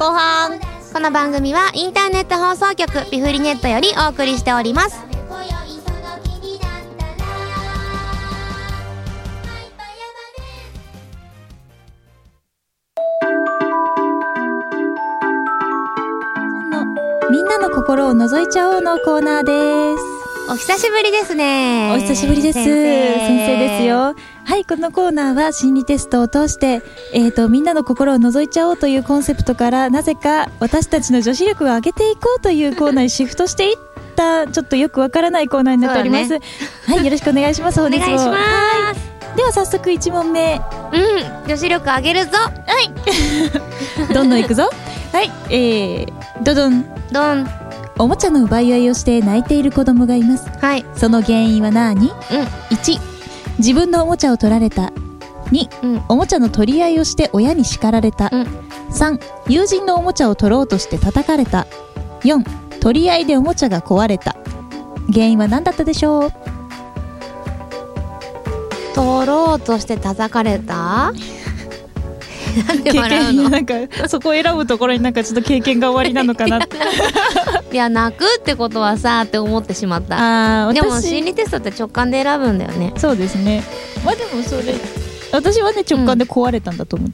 後半。 この番組はインターネット放送局ピフリネットよりお送りしております。 みんなの心を覗いちゃおうのコーナーです。 お久しぶりですね。 お久しぶりです。先生ですよ。はい、このコーナーは心理テストを通して、みんなの心を覗いちゃおうというコンセプトから、なぜか私たちの女子力を上げていこうというコーナーにシフトしていったちょっとよくわからないコーナーになっております、ね、はい、よろしくお願いします。 お願いします。 では早速1問目。 女子力上げるぞ。 はいどんどんいくぞ。はい、ドドンドン。 おもちゃの奪い合いをして泣いている子供がいます。 はい。 その原因は何？1、自分のおもちゃを取られた。2、おもちゃの取り合いをして親に叱られた。3、友人のおもちゃを取ろうとして叩かれた。4、取り合いでおもちゃが壊れた。原因は何だったでしょう？ 取ろうとして叩かれた？なんで笑うの？ なんかそこを選ぶところになんかちょっと経験が終わりなのかなっていや、泣くってことはさって思ってしまった。でも心理テストって直感で選ぶんだよね。 そうですね。まあでもそれ私はね直感で壊れたんだと思って、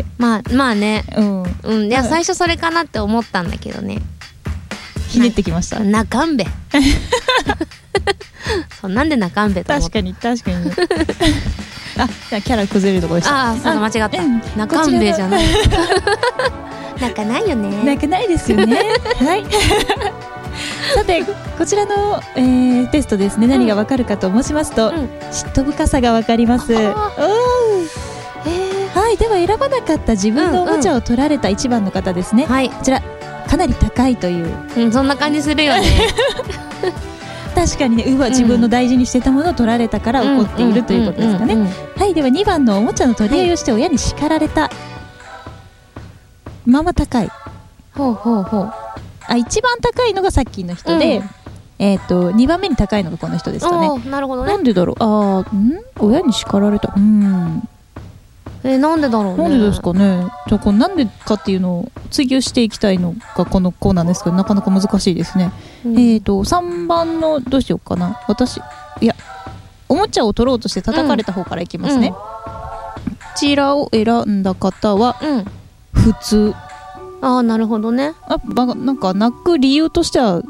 まあね、いや最初それかなって思ったんだけどね、 ひねってきました。 泣かんべそう、なんで泣かんべと思った。 確かにあ、じゃあキャラ崩れるところでした。 そう間違った、泣かんべじゃない泣かないよね。 泣かないですよねはいさてこちらの、テストですね、何がわかるかと申しますと、嫉妬深さがわかります。はい、では選ばなかった自分のおもちゃを取られた1番の方ですね、こちらかなり高いという、 そんな感じするよね確かにね、自分の大事にしてたものを取られたから怒っているということですかね。はい、では2番のおもちゃの取り合いをして親に叱られた、まあまあ高い。一番高いのがさっきの人で、2番目に高いのがこの人ですかね。 なるほどね。 なんでだろう。親に叱られた。 なんでだろうね。 なんでですかね。じゃあこのなんでかっていうのを追求していきたいのがこのコーナーですけど、なかなか難しいですね。3番のどうしようかな。おもちゃを取ろうとして叩かれた方からいきますね。こちらを選んだ方は、普通。 なるほどね。 なんか泣く理由としては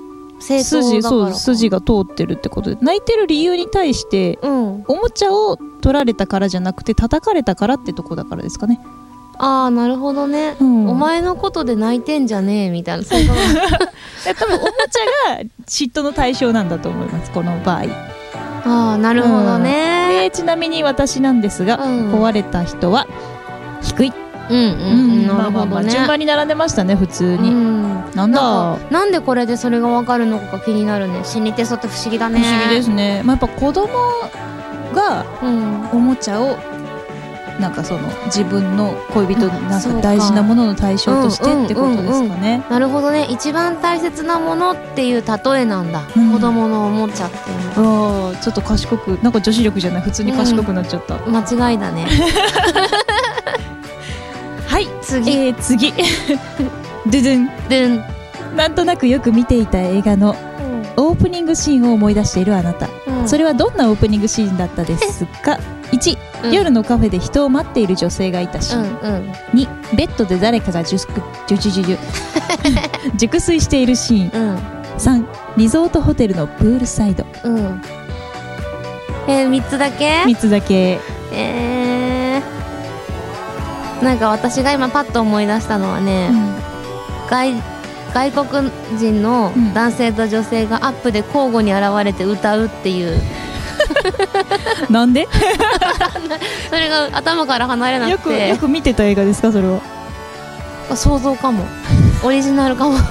筋が通ってるってことで、泣いてる理由に対して、おもちゃを取られたからじゃなくて叩かれたからってとこだからですかね。 なるほどね、お前のことで泣いてんじゃねえみたいなそういうこと多分おもちゃが嫉妬の対象なんだと思います、この場合。 なるほどね。 でちなみに私なんですが、壊れた人は低い。 なるほどね。 順番に並んでましたね、普通に。 なんでこれでそれが分かるのか気になるね。心理テストって不思議だね。 不思議ですね。やっぱ子供がおもちゃをなんかその自分の恋人なんか大事なものの対象としてってことですかね。 なるほどね。一番大切なものっていう例えなんだ、子供のおもちゃっていうのは。 ちょっと賢く、なんか女子力じゃない、普通に賢くなっちゃった、 間違いだねはい、次ドゥドゥン。なんとなくよく見ていた映画のオープニングシーンを思い出しているあなた、それはどんなオープニングシーンだったですか？ 1、夜のカフェで人を待っている女性がいたシーン。2、ベッドで誰かが熟睡しているシーン。3、リゾートホテルのプールサイド。 3つだけ 3つだけ。 なんか私が今パッと思い出したのはね、外国人の男性と女性がアップで交互に現れて歌うっていうなんでそれが頭から離れなくて。 よく見てた映画ですか、それは。 想像かもオリジナルかも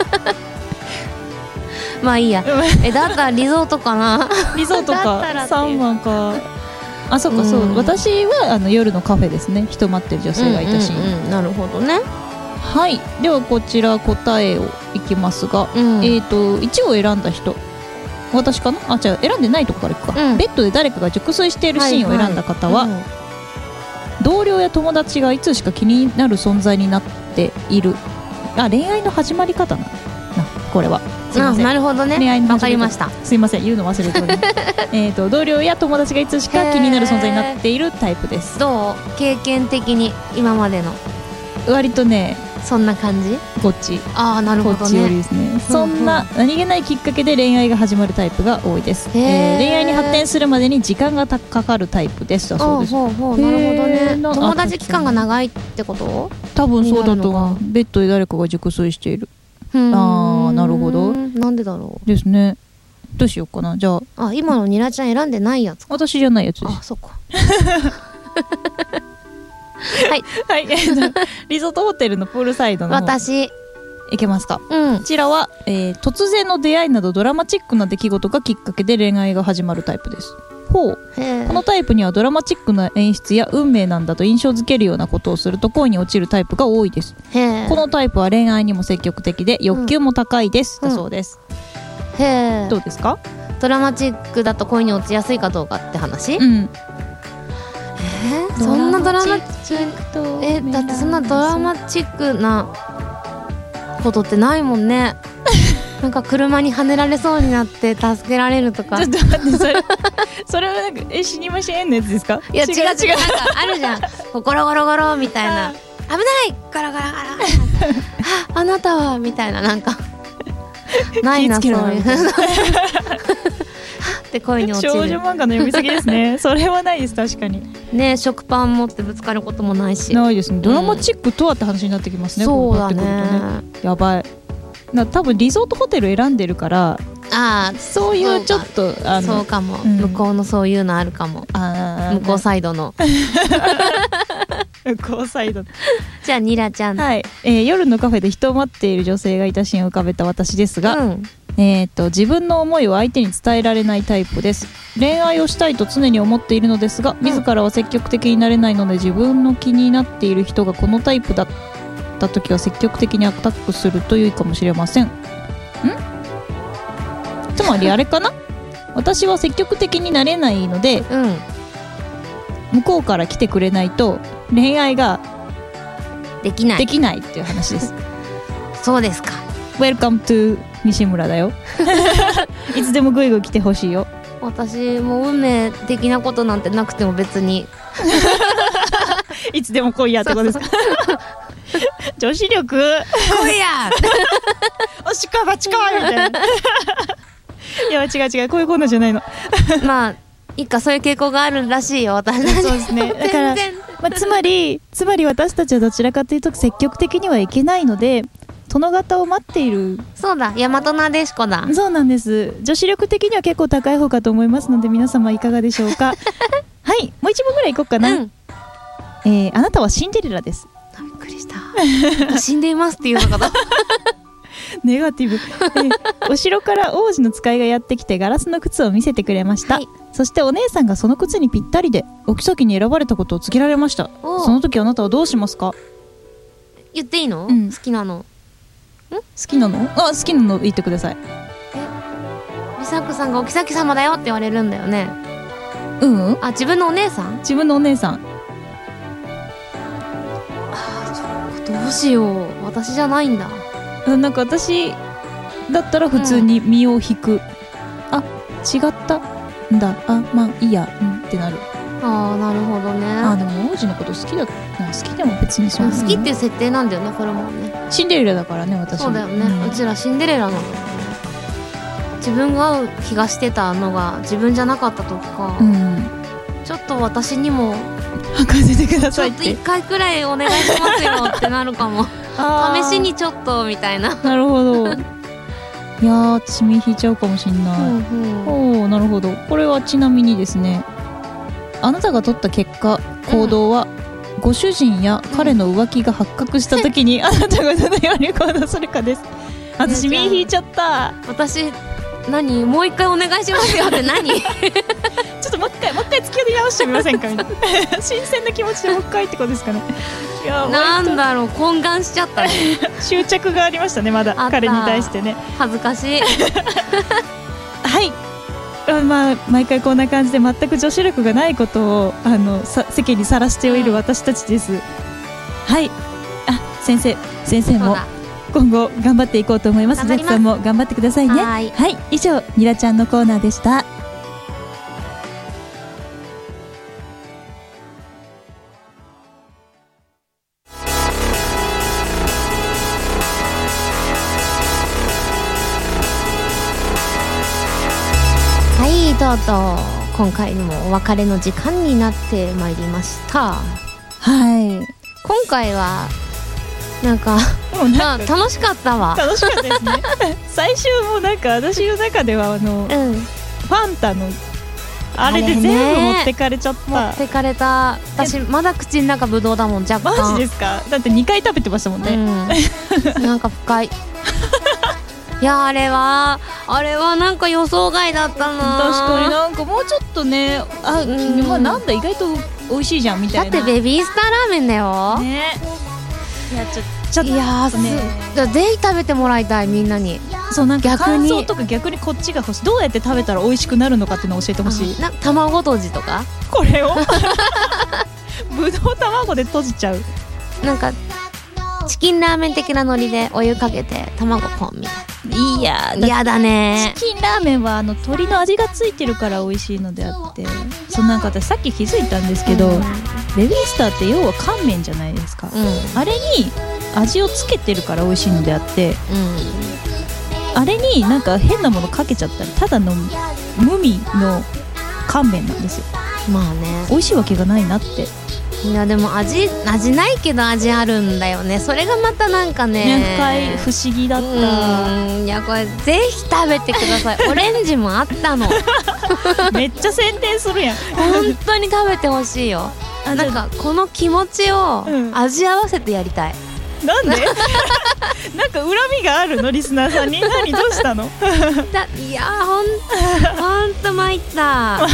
まあいいやだったらリゾートかなリゾートか3番か。そうか、私は夜のカフェですね、人待ってる女性がいたシーン。 なるほどね。 はい、ではこちら答えをいきますが、1を選んだ人、私かな。選んでないとこからいくか。ベッドで誰かが熟睡しているシーンを選んだ方は、 同僚や友達がいつしか気になる存在になっている。恋愛の始まり方なこれは。すいません。 なるほどね。 恋愛の始まり方。 わかりました。 すいません、言うの忘れております同僚や友達がいつしか気になる存在になっているタイプです。 どう？経験的に今までの割とね、 そんな感じ？ こっち。 なるほどね。 こっち寄りですね。そんな何気ないきっかけで恋愛が始まるタイプが多いです。恋愛に発展するまでに時間がかかるタイプです。だそうです。 なるほどね。友達期間が長いってこと？ 多分そうだと思う。ベッドで誰かが熟睡している。なるほど。 なんでだろうですね。どうしようかな。じゃあ今のニラちゃん選んでないやつ。 私じゃないやつです。 そっか。はいはい。リゾートホテルのプールサイドの方、 私いけますか。こちらは、突然の出会いなどドラマチックな出来事がきっかけで恋愛が始まるタイプです。このタイプにはドラマチックな演出や運命なんだと印象づけるようなことをすると恋に落ちるタイプが多いです。このタイプは恋愛にも積極的で欲求も高いです、だそうです。どうですか？ ドラマチックだと恋に落ちやすいかどうかって話？そんなドラマチックだってそんなドラマチックなことってないもんね。なんか車にはねられそうになって助けられるとか。 ちょっと待って、それはなんか死にましぇんのやつですか？ いや違うなんかあるじゃん。ゴロゴロゴロみたいな、危ないガラガラガラあなたはみたいな、なんかないな、そういうって恋に落ちる。 少女漫画の読みすぎですね。それはないです。確かにね。食パン持ってぶつかることもないし。 ないですね。ドラマチックとはって話になってきますね。 そうだね。 やばい。多分リゾートホテル選んでるから、そういうちょっとそうかも、向こうのそういうのあるかも。向こうサイドの向こうサイド。 じゃあニラちゃん。 はい。夜のカフェで人を待っている女性がいたシーンを浮かべた私ですが、自分の思いを相手に伝えられないタイプです。恋愛をしたいと常に思っているのですが、自らは積極的になれないので、自分の気になっている人がこのタイプだった時は積極的にアタックすると良いかもしれません。つまりあれかな。私は積極的になれないので、向こうから来てくれないと恋愛ができないっていう話です。 そうですか。 Welcome to 西村だよ。いつでもグイグイ来てほしいよ。 私も運命的なことなんてなくても別にいつでも来いやってことですか？女子力来いやおしかばちかみたいな。いや違うこういうコーナーじゃないの。 まあいいか、そういう傾向があるらしいよ、私たち。 そうですね。だから、つまり私たちはどちらかというと積極的にはいけないので、殿方を待っている。 そうだ、大和なでしこだ。 そうなんです。女子力的には結構高い方かと思いますので、皆様いかがでしょうか。はい、もう一問ぐらいいこうかな。あなたはシンデレラです。 びっくりした。死んでいますっていうのかな。 ネガティブ。お城から王子の使いがやってきてガラスの靴を見せてくれました、そしてお姉さんがその靴にぴったりでお妃に選ばれたことを告げられました。その時あなたはどうしますか？ 言っていいの？好きなの。 好きなの？好きなの言ってください。 美佐子さんがお妃様だよって言われるんだよね。自分のお姉さん？ 自分のお姉さん。 どうしよう、私じゃないんだ。 なんか私だったら普通に身を引く。違ったんだ、まあいいや、ってなる。 なるほどね。 でも王子のこと好きだ。好きでも別にそんな好きっていう設定なんだよね、これもね。 シンデレラだからね、私。 そうだよね、うちらシンデレラなんだよね。自分が合う気がしてたのが自分じゃなかった時か、ちょっと私にも履かせてくださいって、 ちょっと1回くらいお願いしますよってなるかも。試しにちょっとみたいな。 なるほど。いやー、私身引いちゃうかもしんない。なるほど。これはちなみにですね、あなたが取った結果行動は、ご主人や彼の浮気が発覚した時に、あなたがどのように行動するかです。私身引いちゃった。 私もう一回お願いしますよって何？ ちょっともう一回付き合い直してみませんかみたいな。新鮮な気持ちでもう一回ってことですかね。いや、 なんだろう、懇願しちゃったね。 執着がありましたね、まだ彼に対してね。 恥ずかしい。 はい、 まあ、毎回こんな感じで全く女子力がないことを世間にさらしておいる私たちです、はい。先生も今後頑張っていこうと思います。ジャックさんも頑張ってくださいね。はい、以上ニラちゃんのコーナーでした。 とうとう今回もお別れの時間になってまいりました。 はい、 今回はなんか楽しかったわ。 楽しかったですね最終もなんか私の中ではファンタのあれで全部持ってかれちゃった。 持ってかれた。私まだ口の中ぶどうだもん。若干。 マジですか？だって2回食べてましたもんね、 なんか深いいやあれはなんか予想外だったな。 確かになんかもうちょっとね、まあなんだ意外と美味しいじゃんみたいな。 だってベビースターラーメンだよね。いやちょっといやね、ぜひ食べてもらいたい、みんなに。 そう、なんか感想とか逆にこっちが欲しい。どうやって食べたら美味しくなるのかっていうのを教えてほしい。 卵とじとかこれをぶどう卵で閉じちゃう。 なんかチキンラーメン的なノリでお湯かけて卵ポンみたいな。 いや嫌だね。 チキンラーメンは鶏の味がついてるから美味しいのであって、なんか私さっき気づいたんですけど、ベビースターって要は乾麺じゃないですか、あれに味をつけてるから美味しいのであって、あれになんか変なものかけちゃったらただの無味の乾麺なんですよ。 まあね、 美味しいわけがないなって。 いやでも味ないけど味あるんだよね。それがまたなんかね、 深い不思議だった。 いやこれぜひ食べてくださいオレンジもあったのめっちゃ宣伝するやん本当に食べてほしいよ。なんかこの気持ちを味合わせてやりたい、 なんでなんか恨みがあるのリスナーさんに。何どうしたのいやほんと参った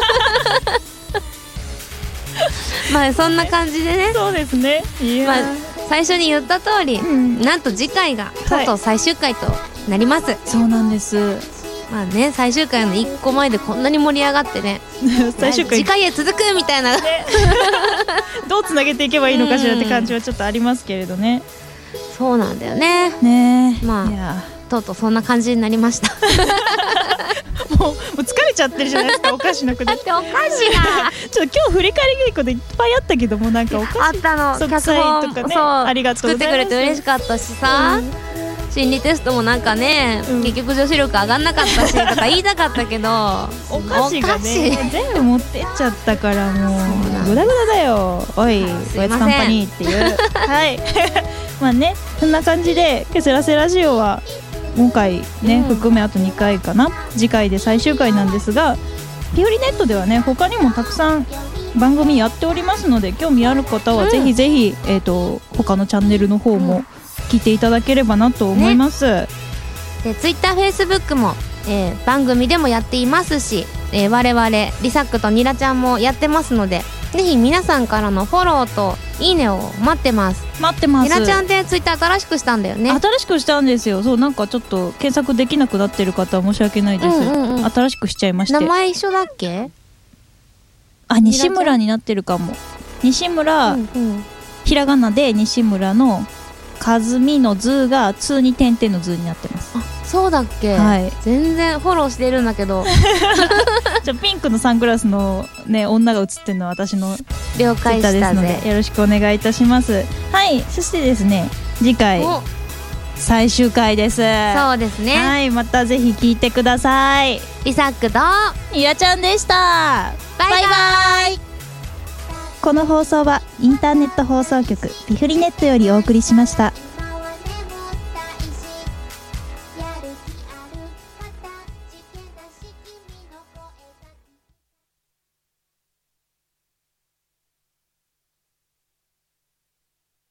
まあそんな感じでね。 そうですね。 まあ最初に言った通り、なんと次回がとうとう最終回となります。 そうなんです。 まあね、最終回の1個前でこんなに盛り上がってね最終回次回へ続くみたいな、 どうつなげていけばいいのかしらって感じはちょっとありますけれどね。 そうなんだよね。まあとうとうそんな感じになりましたもう疲れちゃってるじゃないですかお菓子のくだり。 だってお菓子がちょっと今日振り返り稽古でいっぱいあったけども、なんかお菓子あったの。 脚本とかね、ありがとうございます。 作ってくれて嬉しかったしさ、心理テストもなんかね、結局女子力上がんなかったしとか言いたかったけどお菓子がね全部持ってっちゃったからもうグダグダだよおいおやつカンパニーっていうはいまあね、そんな感じでケセラセラジオは今回ね、含めあと2回かな、次回で最終回なんですが、ピオリネットではね他にもたくさん番組やっておりますので、興味ある方はぜひぜひ、他のチャンネルの方も聞いていただければなと思います、 で Twitter、Facebook も、番組でもやっていますし、我々リサックとニラちゃんもやってますので、ぜひ皆さんからのフォローといいねを待ってます。ニラちゃんってツイッター新しくしたんだよね。 新しくしたんですよ。そう、なんかちょっと検索できなくなってる方は申し訳ないです、新しくしちゃいまして。 名前一緒だっけ？ 西村になってるかも。西村、ひらがなで西村の和美の図が通に点々の図になってます。 あ、そうだっけ？はい、全然フォローしてるんだけどピンクのサングラスの、ね、女が写ってるのは私のツイ了解ッターですのでよろしくお願いいたします。はい、そしてですね、次回最終回です。 そうですね。 はい、またぜひ聞いてください。 リサックとニラちゃんでした。 バイバイ。 この放送はインターネット放送局ピフリネットよりお送りしました。